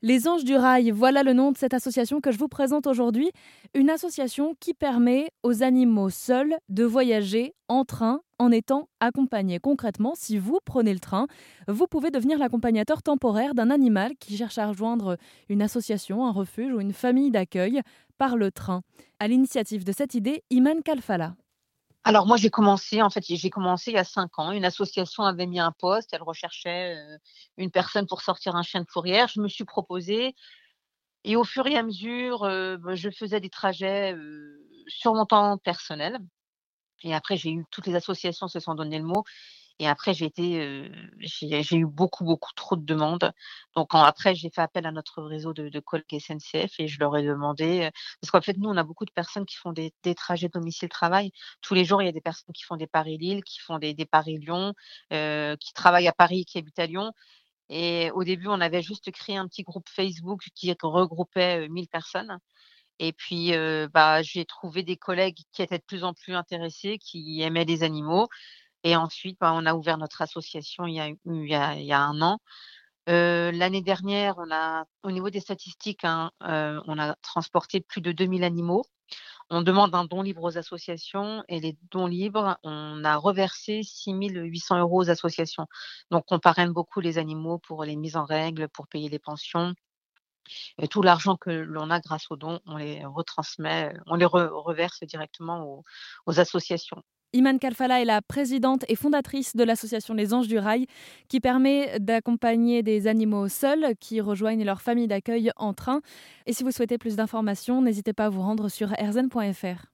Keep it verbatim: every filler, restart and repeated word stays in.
Les Anges du Rail, voilà le nom de cette association que je vous présente aujourd'hui. Une association qui permet aux animaux seuls de voyager en train en étant accompagnés. Concrètement, si vous prenez le train, vous pouvez devenir l'accompagnateur temporaire d'un animal qui cherche à rejoindre une association, un refuge ou une famille d'accueil par le train. À l'initiative de cette idée, Iman Kalfala. Alors moi j'ai commencé en fait j'ai commencé il y a cinq ans. Une association avait mis un poste, elle recherchait, heu, une personne pour sortir un chien de fourrière. Je me suis proposée et au fur et à mesure, heu, bah, je faisais des trajets, heu, sur mon temps personnel et après j'ai eu toutes les associations se sont donné le mot et après j'ai été, heu, j'ai j'ai eu beaucoup, beaucoup trop de demandes. Donc en après j'ai fait appel à notre réseau de de collègues S N C F et je leur ai demandé, heu parce qu'en fait nous on a beaucoup de personnes qui font des des trajets domicile-travail. Tous les jours, il y a des personnes qui font des Paris-Lille, qui font des des Paris-Lyon, heu, qui travaillent à Paris et qui habitent à Lyon et au début, on avait juste créé un petit groupe Facebook qui regroupait, heu, mille personnes et puis, heu, bah, j'ai trouvé des collègues qui étaient de plus en plus intéressés, qui aimaient les animaux et ensuite, bah, on a ouvert notre association il y a eu il y a il y a un an. Heu, l'année dernière, on a au niveau des statistiques, hein, heu, on a transporté plus de deux mille animaux. On demande un don libre aux associations et les dons libres, on a reversé six mille huit cents euros aux associations. Donc on parraine beaucoup les animaux pour les mises en règle, pour payer les pensions et tout l'argent que l'on a grâce aux dons, on les retransmet, on les re reverse directement aux aux associations. Iman Kalfala est la présidente et fondatrice de l'association Les Anges du Rail qui permet d'accompagner des animaux seuls qui rejoignent leur famille d'accueil en train. Et si vous souhaitez plus d'informations, n'hésitez pas à vous rendre sur erzen point f r.